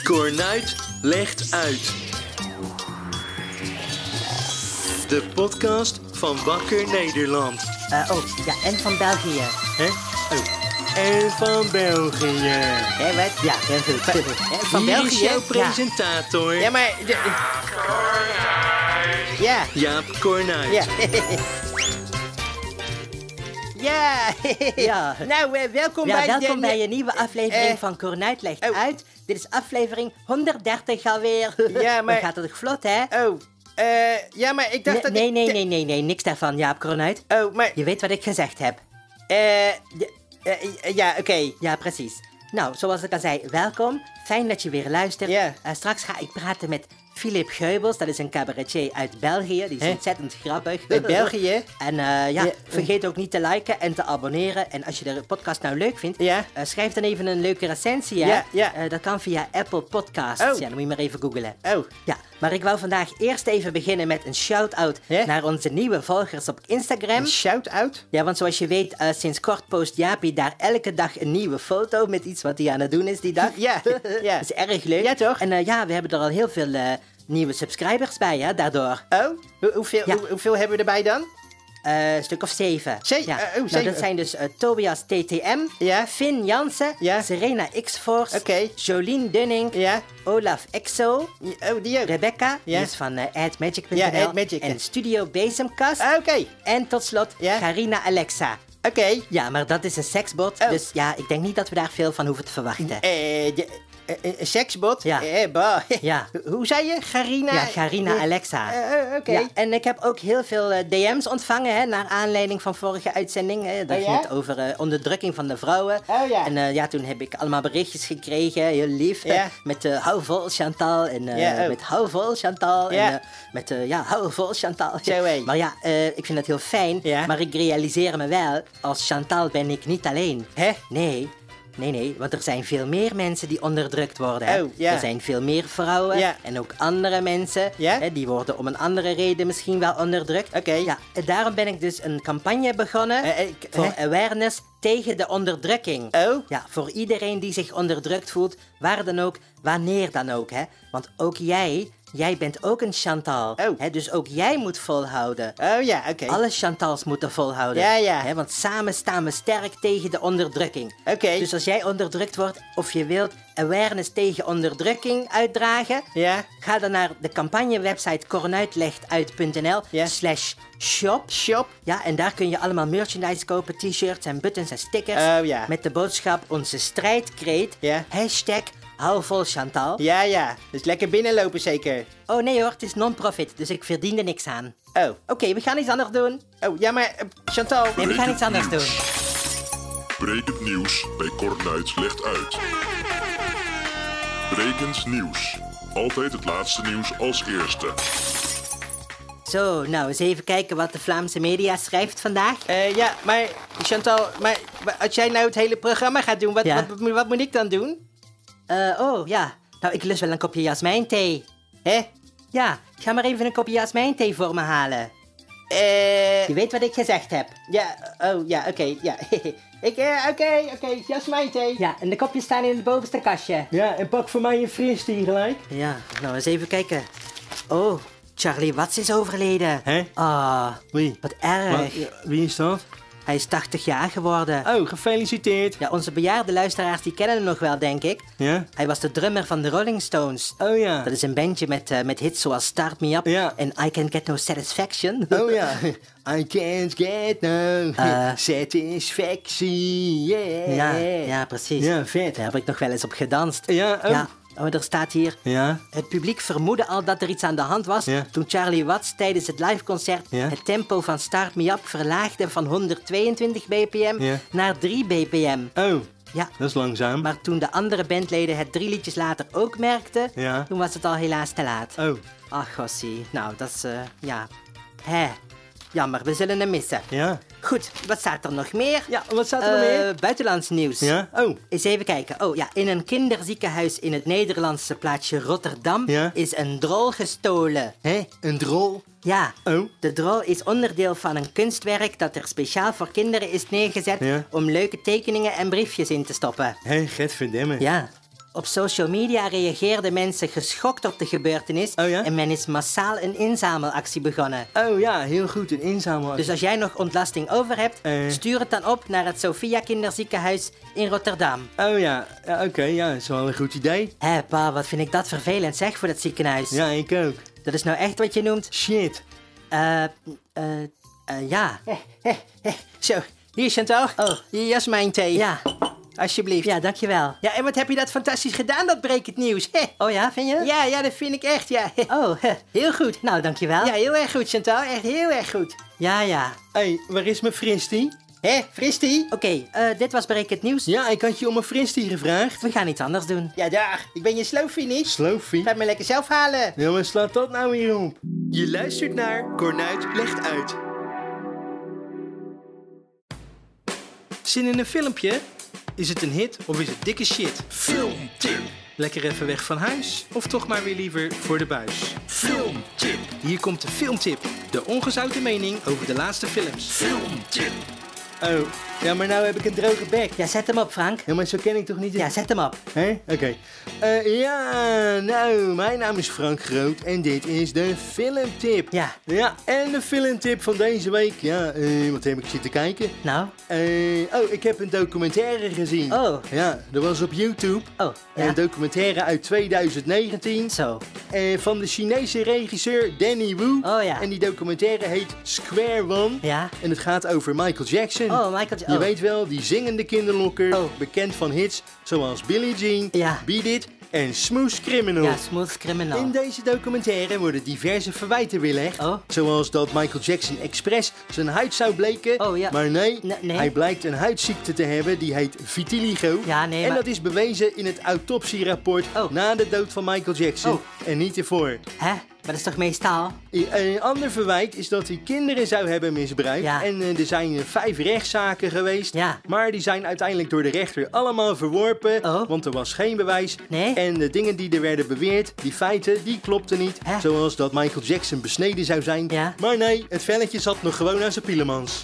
Kornuit legt uit. De podcast van Wakker Nederland. En van België. Hè? Oh. En van België. Hé, wat? Ja, heel goed. Van Hier België? is jouw presentator. Ja, maar... Ja. Jaap Kornuit. Ja. Ja. Ja. Nou, welkom Ja, bij... welkom bij een nieuwe aflevering van Kornuit legt uit. Dit is aflevering 130 alweer. Ja, maar... Dan gaat het toch vlot, hè? Ja, maar ik dacht dat... Nee, niks daarvan, Jaap Kornuit. Oh, maar... Je weet wat ik gezegd heb. Ja, oké. Ja, precies. Nou, zoals ik al zei, welkom. Fijn dat je weer luistert. Ja. Straks ga ik praten met Philip Geubels. Dat is een cabaretier uit België. Die is ontzettend grappig. In België? En vergeet ook niet te liken en te abonneren. En als je de podcast nou leuk vindt, schrijf dan even een leuke recensie. Hè? Ja. Dat kan via Apple Podcasts. Oh. Ja, dan moet je maar even googlen. Oh. Ja, maar ik wou vandaag eerst even beginnen met een shout-out naar onze nieuwe volgers op Instagram. Een shout-out? Ja, want zoals je weet, sinds kort post Jaapie daar elke dag een nieuwe foto met iets wat hij aan het doen is die dag. Ja. Dat is erg leuk. Ja, toch? En we hebben er al heel veel nieuwe subscribers bij, hè, daardoor. Oh? Hoeveel hebben we erbij dan? Een stuk of 7. Zeven? Nou, dat zijn dus Tobias TTM, Finn Jansen, Serena X-Force, Jolien Dunning, Olaf Exo, die ook. Rebecca, die is van AdMagic.nl, Ja, AdMagic. en Studio Bezemkast. Oké. En tot slot Garina Alexa. Oké. Ja, maar dat is een seksbot, dus ja, ik denk niet dat we daar veel van hoeven te verwachten. Een seksbot? Ja. Ja. Hoe zei je? Garina? Ja, Garina Alexa. Oké. Ja, en ik heb ook heel veel DM's ontvangen, hè, naar aanleiding van vorige uitzending. Dat ging het over onderdrukking van de vrouwen. Oh ja. En toen heb ik allemaal berichtjes gekregen, heel lief. Met hou vol Chantal en met hou vol Chantal. En met hou vol Chantal. Zo, maar ja, ik vind het heel fijn, maar ik realiseer me wel, als Chantal ben ik niet alleen. Hè? Nee, want er zijn veel meer mensen die onderdrukt worden. Hè? Oh, ja. Er zijn veel meer vrouwen en ook andere mensen. Hè, die worden om een andere reden misschien wel onderdrukt. Oké. Ja, en daarom ben ik dus een campagne begonnen voor awareness tegen de onderdrukking. Oh? Ja, voor iedereen die zich onderdrukt voelt, waar dan ook, wanneer dan ook. Hè? Want ook jij bent ook een Chantal. Oh. Hè? Dus ook jij moet volhouden. Oh ja, oké. Alle Chantals moeten volhouden. Ja. Hè, want samen staan we sterk tegen de onderdrukking. Oké. Dus als jij onderdrukt wordt of je wilt awareness tegen onderdrukking uitdragen, ga dan naar de campagnewebsite kornuitlegtuit.nl/shop. Shop? Ja, en daar kun je allemaal merchandise kopen, t-shirts en buttons en stickers. Oh ja. Met de boodschap onze strijdkreet. Hashtag hou vol Chantal. Ja. Dus lekker binnenlopen zeker. Oh nee hoor, het is non-profit, dus ik verdien er niks aan. Oh. Oké, we gaan iets anders doen. Oh, ja, maar Chantal... Nee, we gaan iets anders doen. Brekend nieuws bij Kornuit legt uit. Brekend nieuws. Altijd het laatste nieuws als eerste. Zo, nou eens even kijken wat de Vlaamse media schrijft vandaag. Ja, maar Chantal, als jij nou het hele programma gaat doen, wat moet ik dan doen? Nou, ik lust wel een kopje jasmijnthee. Hè? Ja, ga maar even een kopje jasmijnthee voor me halen. Je weet wat ik gezegd heb. Oké. Jasmijnthee. Ja, en de kopjes staan in het bovenste kastje. Ja, en pak voor mij een fristie gelijk. Ja, nou eens even kijken. Oh, Charlie Watts is overleden. Hè? Wie? Wat erg. Wie is dat? Hij is 80 jaar geworden. Oh, gefeliciteerd. Ja, onze bejaarde luisteraars die kennen hem nog wel, denk ik. Ja? Hij was de drummer van de Rolling Stones. Oh ja. Dat is een bandje met hits zoals Start Me Up en I Can't Get No Satisfaction. Oh ja. I can't get no satisfaction, Ja, precies. Ja, vet. Daar heb ik nog wel eens op gedanst. Ja, oh. Ja, er staat hier... Ja. Het publiek vermoedde al dat er iets aan de hand was toen Charlie Watts tijdens het liveconcert het tempo van Start Me Up verlaagde van 122 bpm naar 3 bpm. Oh, ja. Dat is langzaam. Maar toen de andere bandleden het 3 liedjes later ook merkten, toen was het al helaas te laat. Oh. Ach, gossie. Nou, dat is, jammer, we zullen hem missen. Ja. Goed, wat staat er nog meer? Ja, wat staat er nog meer? Buitenlands nieuws. Ja? Oh. Eens even kijken. Oh ja, in een kinderziekenhuis in het Nederlandse plaatsje Rotterdam is een drol gestolen. Hé, een drol? Ja, Oh. de drol is onderdeel van een kunstwerk dat er speciaal voor kinderen is neergezet om leuke tekeningen en briefjes in te stoppen. Hé, Gert Verdemme. Ja. Op social media reageerden mensen geschokt op de gebeurtenis. Oh ja? En men is massaal een inzamelactie begonnen. Oh ja, heel goed, een inzamelactie. Dus als jij nog ontlasting over hebt, stuur het dan op naar het Sophia Kinderziekenhuis in Rotterdam. Oh ja, oké, ja, dat is wel een goed idee. Hé, pa, wat vind ik dat vervelend zeg voor dat ziekenhuis. Ja, ik ook. Dat is nou echt wat je noemt? Shit. Ja. Zo, hier Chantal. Oh. Hier is mijn thee. Ja. Alsjeblieft. Ja, dankjewel. Ja, en wat heb je dat fantastisch gedaan, dat Breek het Nieuws. Oh ja, vind je? Ja, dat vind ik echt, ja. Oh, Heel goed. nou, dankjewel. Ja, heel erg goed, Chantal. Echt heel erg goed. Ja. Hé, waar is mijn fristie? Hé, Fristie? Oké, dit was Breek het Nieuws. Ja, ik had je om een fristie gevraagd. We gaan iets anders doen. Ja, dag. Ik ben je sloofie niet. Sloofie? Ga het me lekker zelf halen. Ja, maar slaat dat nou weer op? Je luistert naar Cornuit legt uit. Zin in een filmpje? Is het een hit of is het dikke shit? Filmtip. Lekker even weg van huis of toch maar weer liever voor de buis? Filmtip. Hier komt de filmtip. De ongezouten mening over de laatste films. Filmtip. Oh, ja, maar nou heb ik een droge bek. Ja, zet hem op, Frank. Ja, maar zo ken ik toch niet... Ja, zet hem op. Hé? Oké. Ja, nou, mijn naam is Frank Groot en dit is de filmtip. Ja. Ja, en de filmtip van deze week, ja, wat heb ik zitten kijken? Nou? Ik heb een documentaire gezien. Oh. Ja, dat was op YouTube. Oh, ja. Een documentaire uit 2019 Zo. van de Chinese regisseur Danny Wu. Oh ja. En die documentaire heet Square One. Ja. En het gaat over Michael Jackson. Oh, Michael Je weet wel, die zingende kinderlokker, Oh. bekend van hits zoals Billie Jean, Ja. Beat It en Smooth Criminal. Ja, Smooth Criminal. In deze documentaire worden diverse verwijten weerlegd. Oh. Zoals dat Michael Jackson expres zijn huid zou bleken. Oh, ja. Maar nee, Nee. hij blijkt een huidziekte te hebben die heet vitiligo. Ja, nee, en maar- dat is bewezen in het autopsierapport Oh. na de dood van Michael Jackson. Oh. En niet ervoor. Hè? Maar dat is toch meestal? Een ander verwijt is dat hij kinderen zou hebben misbruikt. Ja. En er zijn 5 rechtszaken geweest. Ja. Maar die zijn uiteindelijk door de rechter allemaal verworpen. Oh. Want er was geen bewijs. Nee? En de dingen die er werden beweerd, die feiten, die klopten niet. Hè? Zoals dat Michael Jackson besneden zou zijn. Ja. Maar nee, het velletje zat nog gewoon aan zijn pielemans.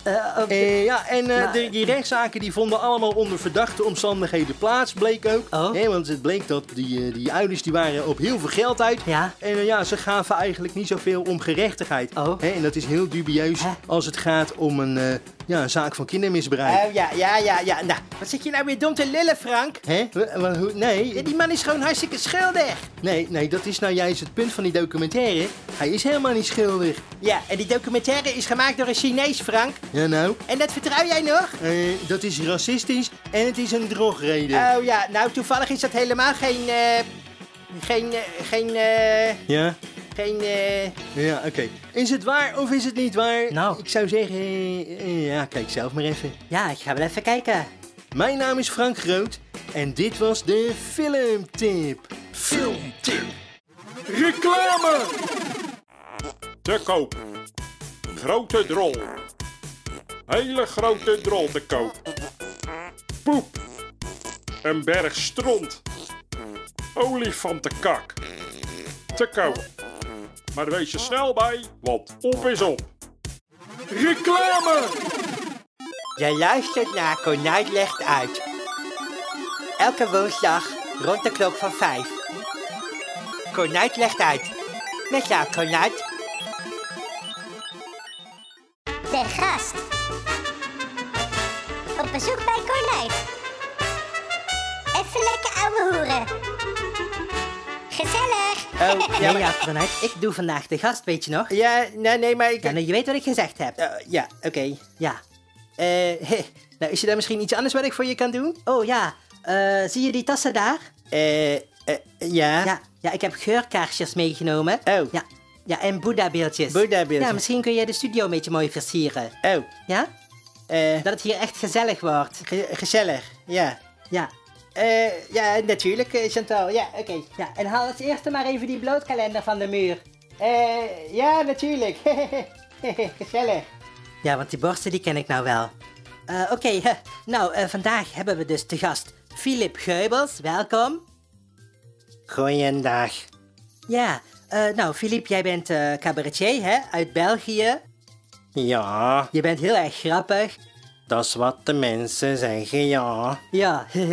Die rechtszaken die vonden allemaal onder verdachte omstandigheden plaats, bleek ook. Oh. Want het bleek dat die ouders die waren op heel veel geld uit. Ja. En ze gaven eigenlijk niet zoveel om gerechtigheid. Oh. En dat is heel dubieus Hè? als het gaat om een zaak van kindermisbruik. Oh, ja. Nou, wat zit je nou weer dom te lullen, Frank? Hè? Ja, Nee, die man is gewoon hartstikke schuldig. nee, dat is nou juist het punt van die documentaire. Hij is helemaal niet schuldig. Ja, en die documentaire is gemaakt door een Chinees, Frank. Ja nou, En dat vertrouw jij nog? dat is racistisch en het is een drogreden. Oh ja, nou toevallig is dat helemaal geen... Ja? Ja, oké. Is het waar of is het niet waar? Nou. Ik zou zeggen, ja, kijk zelf maar even. Ja, ik ga wel even kijken. Mijn naam is Frank Groot en dit was de filmtip. Filmtip. Reclame. Te koop. Grote drol. Hele grote drol te koop. Poep. Een berg stront. Olifantenkak. Te koop. Maar wees je snel bij, want op is op. Reclame. Jij luistert naar Cornuit legt uit. Elke woensdag rond de klok van 5. Cornuit legt uit. Met jou, Cornuit. De gast. Op bezoek bij Cornuit. Even lekker ouwe hoeren. Gezellig. Oh, Ja, ja, Cornuit, ik doe vandaag de gast, weet je nog? Ja, nee, maar ik... Ja, nou, je weet wat ik gezegd heb. Ja, oké. Ja. Nou, is er dan misschien iets anders wat ik voor je kan doen? Oh ja, zie je die tassen daar? Ja. Ja, ik heb geurkaarsjes meegenomen. Oh. Ja, en Boeddha-beeldjes. Boeddha-beeldjes. Ja, misschien kun je de studio een beetje mooi versieren. Oh, Ja? Dat het hier echt gezellig wordt. gezellig. Ja. Ja. Ja, natuurlijk, Chantal. Ja, oké. Ja, en haal als eerste maar even die blootkalender van de muur. Ja, natuurlijk. Gezellig. Ja, want die borsten die ken ik nou wel. Oké, nou, vandaag hebben we dus te gast Philip Geubels. Welkom. Goeiedag. Ja, nou, Philip, jij bent cabaretier, hè, uit België. Ja, Je bent heel erg grappig. dat is wat de mensen zeggen, ja. Ja,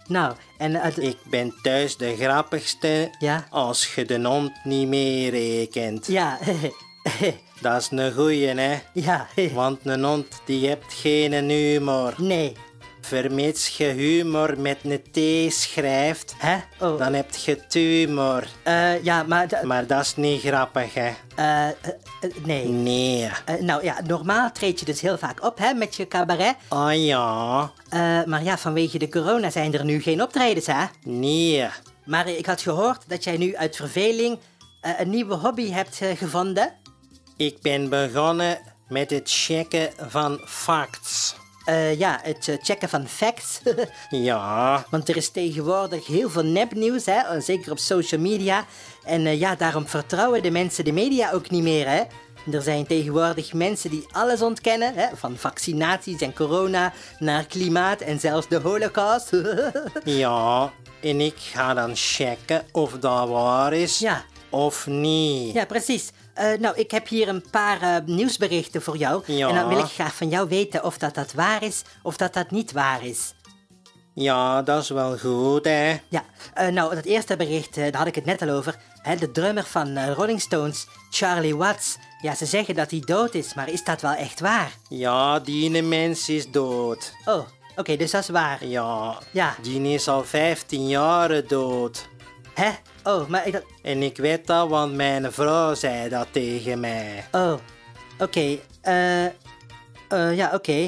Nou, en... Ik ben thuis de grappigste als je de hond niet meer rekent. Ja, Dat is een goeie, hè? ja. Want een hond die hebt geen humor. Nee. Vermits je humor met een T schrijft, Hè? Oh. dan heb je tumor. Ja, maar... Maar dat is niet grappig, hè? Nee. Nee. Nou ja, normaal treed je dus heel vaak op, hè, met je cabaret. Oh ja. Maar ja, vanwege de corona zijn er nu geen optredens, hè? Nee. Maar ik had gehoord dat jij nu uit verveling een nieuwe hobby hebt gevonden. Ik ben begonnen met het checken van facts. Ja, het checken van facts. Ja. Want er is tegenwoordig heel veel nepnieuws, hè, zeker op social media. En ja, daarom vertrouwen de mensen de media ook niet meer, hè. Er zijn tegenwoordig mensen die alles ontkennen, hè, van vaccinaties en corona naar klimaat en zelfs de holocaust. Ja, en ik ga dan checken of dat waar is Ja. of niet. Ja, precies. Nou, ik heb hier een paar nieuwsberichten voor jou. Ja. En dan wil ik graag van jou weten of dat waar is of dat niet waar is. Ja, dat is wel goed, hè. Ja, nou, dat eerste bericht, daar had ik het net al over. Hè, de drummer van Rolling Stones, Charlie Watts. Ja, ze zeggen dat hij dood is, maar is dat wel echt waar? Ja, die mens is dood. Oh, oké, dus dat is waar. Ja, Ja. die is al 15 jaar dood. Hè? Oh, maar ik... En ik weet dat, want mijn vrouw zei dat tegen mij. Oh, oké. Ja, oké.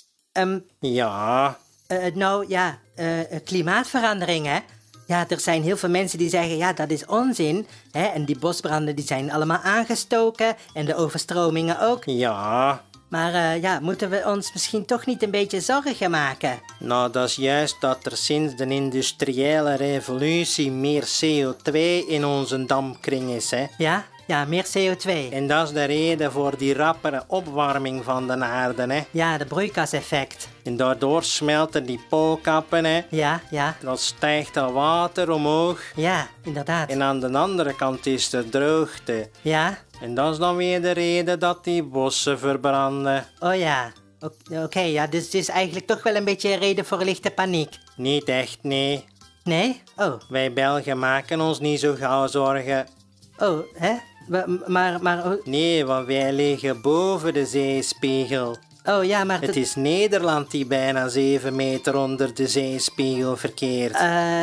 Ja, Nou, ja, klimaatverandering, hè? Ja, er zijn heel veel mensen die zeggen, ja, dat is onzin. Hè? En die bosbranden die zijn allemaal aangestoken en de overstromingen ook. ja. Maar ja, moeten we ons misschien toch niet een beetje zorgen maken? Nou, dat is juist dat er sinds de industriële revolutie meer CO2 in onze dampkring is, hè. Ja? Ja, meer CO2. En dat is de reden voor die rappere opwarming van de aarde, hè. Ja, de broeikaseffect. En daardoor smelten die poolkappen, hè. Ja, ja, Dan stijgt dat water omhoog. ja, inderdaad. En aan de andere kant is er droogte. Ja? En dat is dan weer de reden dat die bossen verbranden. Oh ja. Oké, ja, dus het is eigenlijk toch wel een beetje een reden voor lichte paniek. Niet echt, nee. Nee? Oh, Wij Belgen maken ons niet zo gauw zorgen. oh, hè? Maar, Nee, want wij liggen boven de zeespiegel. oh ja, maar... Het is Nederland die bijna 7 meter onder de zeespiegel verkeert.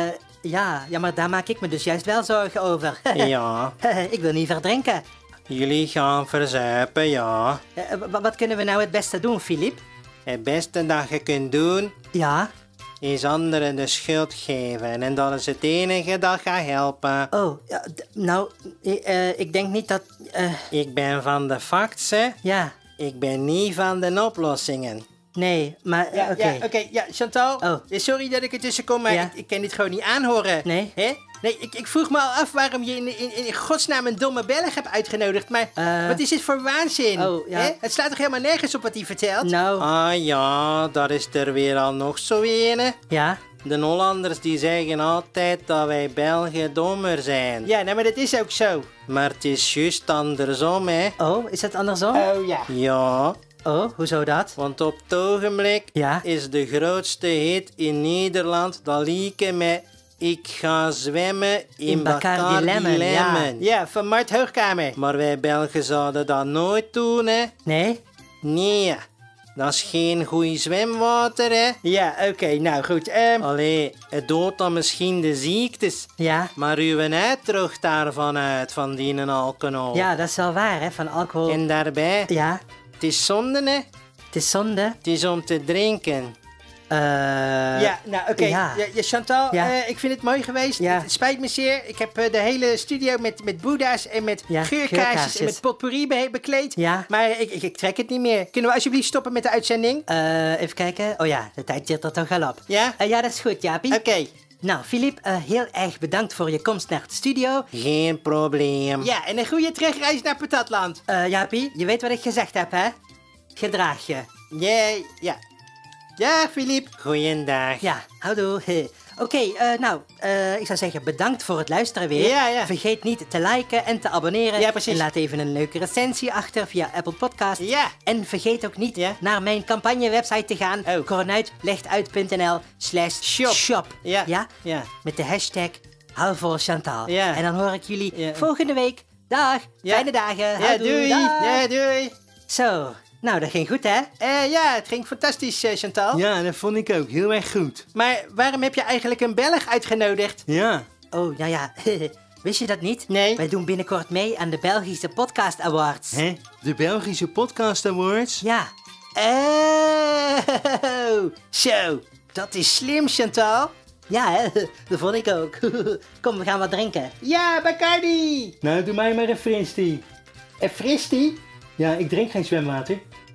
Ja, maar daar maak ik me dus juist wel zorgen over. Ja, Ik wil niet verdrinken. jullie gaan verzuipen, ja. Wat kunnen we nou het beste doen, Filip? Het beste dat je kunt doen, Ja? is anderen de schuld geven. En dat is het enige dat gaat helpen. Oh, ja, nou, ik denk niet dat... Ik ben van de facts, hè. Ja, Ik ben niet van de oplossingen. nee, maar... Oké. Ja, Chantal. Oh. Sorry dat ik er tussen kom, maar Ja. ik kan dit gewoon niet aanhoren. Nee? Hè? Nee, ik vroeg me al af waarom je in godsnaam een domme Belg hebt uitgenodigd. Maar wat is dit voor waanzin? Oh, ja. Hè? Het slaat toch helemaal nergens op wat hij vertelt? Nou, Ah ja, daar is er weer al nog zo een. ja? De Hollanders die zeggen altijd dat wij Belgen dommer zijn. Ja, nou, maar dat is ook zo. Maar het is juist andersom, hè. Oh, is dat andersom? Oh ja. Ja, Oh, hoezo dat? want op het ogenblik Ja? is de grootste hit in Nederland dat lieken met Ik ga zwemmen in Bacardi Lemon. Ja, van Mart Hoogkamer. Maar wij Belgen zouden dat nooit doen, hè. Nee? Nee, dat is geen goed zwemwater, hè. Ja, oké, nou goed. Allee, het doodt dan misschien de ziektes. Ja? Maar uw uitdroogt daarvan uit, van die alcohol. Ja, dat is wel waar, hè, van alcohol. En daarbij, Ja? het is zonde, hè. Het is zonde. Het is om te drinken. Ja, nou oké. ja. Ja, Chantal, Ja. ik vind het mooi geweest. Ja. Het spijt me zeer. Ik heb de hele studio met boeddha's en met Ja, geurkaarsjes geurkaarsjes. en met potpourri bekleed. Ja. Maar ik trek het niet meer. Kunnen we alsjeblieft stoppen met de uitzending? Even kijken. Oh ja, de tijd zit er toch al op. Ja? Ja, dat is goed, Jaapie. Oké. Nou, Filip, heel erg bedankt voor je komst naar de studio. Geen probleem. Ja, en een goede terugreis naar Patatland. Jaapie, je weet wat ik gezegd heb, hè? Gedraag je. Ja. Ja, Filip. Goeiedag. Ja, houdoe. Oké, ik zou zeggen bedankt voor het luisteren weer. Ja. Vergeet niet te liken en te abonneren. Ja, precies. En laat even een leuke recensie achter via Apple Podcast. Ja. En vergeet ook niet Ja. naar mijn campagne-website te gaan. Oh. Kornuitlegtuit.nl/shop. Ja. Met de hashtag HouVolChantal. Ja. En dan hoor ik jullie Ja. volgende week. Dag, Ja. fijne dagen. Ja, Houdoe, doei. dag. Ja, doei. Zo, nou dat ging goed hè? Ja, het ging fantastisch, Chantal. Ja, dat vond ik ook. Heel erg goed. Maar waarom heb je eigenlijk een Belg uitgenodigd? Ja. Oh, nou ja, wist je dat niet? Nee. Wij doen binnenkort mee aan de Belgische Podcast Awards. Hè? De Belgische Podcast Awards? Ja. Oh, zo. Dat is slim, Chantal. Ja, hè? Dat vond ik ook. Kom, we gaan wat drinken. Ja, Bacardi. Nou, doe mij maar een fristie. En fris die? Ja, ik drink geen zwemwater.